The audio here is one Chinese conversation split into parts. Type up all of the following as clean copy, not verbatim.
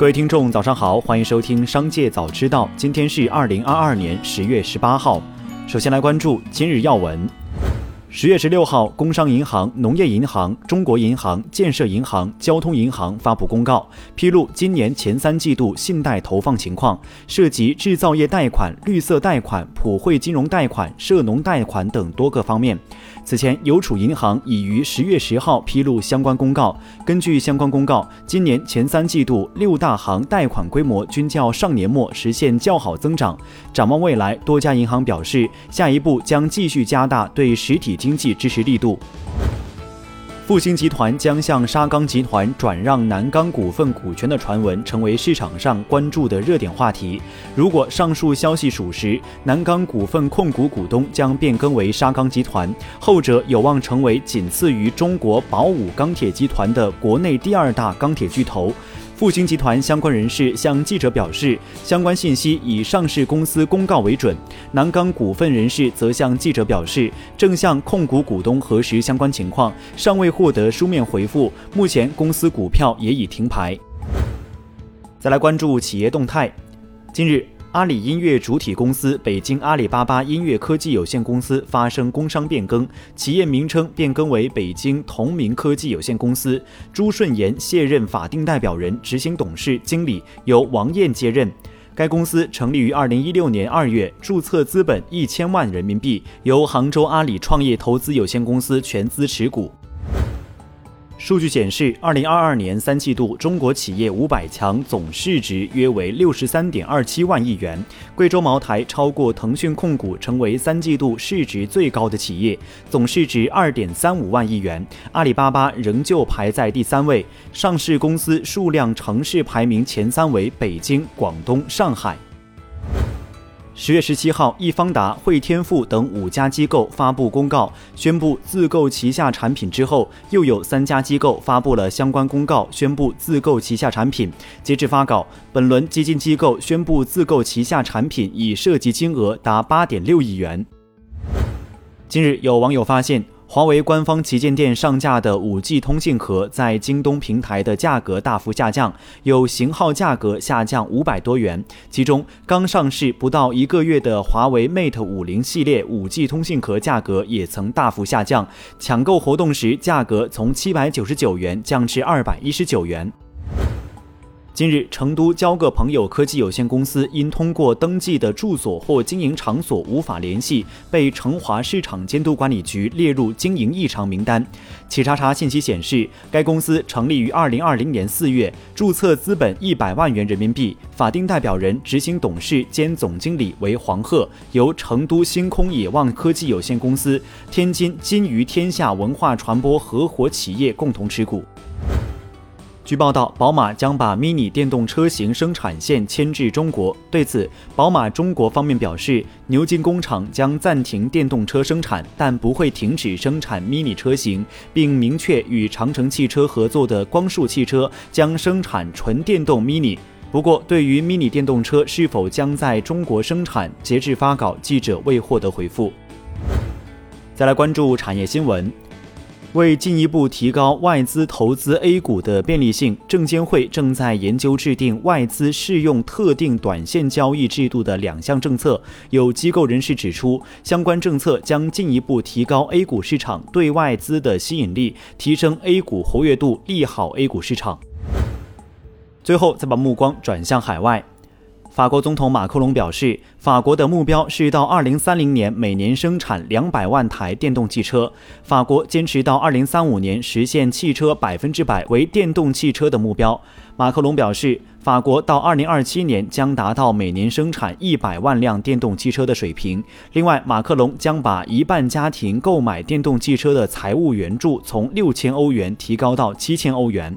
各位听众早上好，欢迎收听商界早知道，今天是2022年10月18号。首先来关注今日要闻。10月16号，工商银行、农业银行、中国银行、建设银行、交通银行发布公告，披露今年前3季度信贷投放情况，涉及制造业贷款、绿色贷款、普惠金融贷款、涉农贷款等多个方面。此前，邮储银行已于10月10号披露相关公告。根据相关公告，今年前3季度6大行贷款规模均较上年末实现较好增长。展望未来，多家银行表示，下一步将继续加大对实体经济支持力度。复星集团将向沙钢集团转让南钢股份股权的传闻成为市场上关注的热点话题。如果上述消息属实，南钢股份控股股东将变更为沙钢集团，后者有望成为仅次于中国宝武钢铁集团的国内第2大钢铁巨头。复星集团相关人士向记者表示，相关信息以上市公司公告为准。南钢股份人士则向记者表示，正向控股股东核实相关情况，尚未获得书面回复，目前公司股票也已停牌。再来关注企业动态。近日，阿里音乐主体公司北京阿里巴巴音乐科技有限公司发生工商变更，企业名称变更为北京同名科技有限公司，朱顺炎卸任法定代表人、执行董事、经理，由王燕接任。该公司成立于2016年2月，注册资本1000万人民币，由杭州阿里创业投资有限公司全资持股。数据显示，2022年3季度中国企业500强总市值约为63.27万亿元，贵州茅台超过腾讯控股，成为3季度市值最高的企业，总市值2.35万亿元。阿里巴巴仍旧排在第3位，上市公司数量城市排名前3为北京、广东、上海。10月17号，易方达、汇添富等5家机构发布公告，宣布自购旗下产品之后，又有3家机构发布了相关公告，宣布自购旗下产品。截至发稿，本轮基金机构宣布自购旗下产品已涉及金额达8.6亿元。近日，有网友发现，华为官方旗舰店上架的 5G 通信壳在京东平台的价格大幅下降，有型号价格下降500多元，其中刚上市不到1个月的华为 Mate 50系列 5G 通信壳价格也曾大幅下降，抢购活动时价格从799元降至219元。近日，成都交个朋友科技有限公司因通过登记的住所或经营场所无法联系，被成华市场监督管理局列入经营异常名单。企查查信息显示，该公司成立于2020年4月，注册资本100万元人民币，法定代表人、执行董事兼总经理为黄鹤，由成都星空野望科技有限公司、天津金鱼天下文化传播合伙企业共同持股。据报道，宝马将把 mini 电动车型生产线迁至中国。对此，宝马中国方面表示，牛津工厂将暂停电动车生产，但不会停止生产 mini 车型，并明确与长城汽车合作的光束汽车将生产纯电动 mini。不过，对于 mini 电动车是否将在中国生产，截至发稿，记者未获得回复。再来关注产业新闻。为进一步提高外资投资 A 股的便利性，证监会正在研究制定外资适用特定短线交易制度的2项政策。有机构人士指出，相关政策将进一步提高 A 股市场对外资的吸引力，提升 A 股活跃度，利好 A 股市场。最后，再把目光转向海外。法国总统马克龙表示，法国的目标是到2030年每年生产200万台电动汽车。法国坚持到2035年实现汽车100%为电动汽车的目标。马克龙表示，法国到2027年将达到每年生产100万辆电动汽车的水平。另外，马克龙将把一半家庭购买电动汽车的财务援助从6000欧元提高到7000欧元。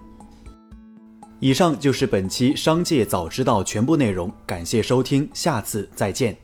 以上就是本期商界早知道全部内容，感谢收听，下次再见。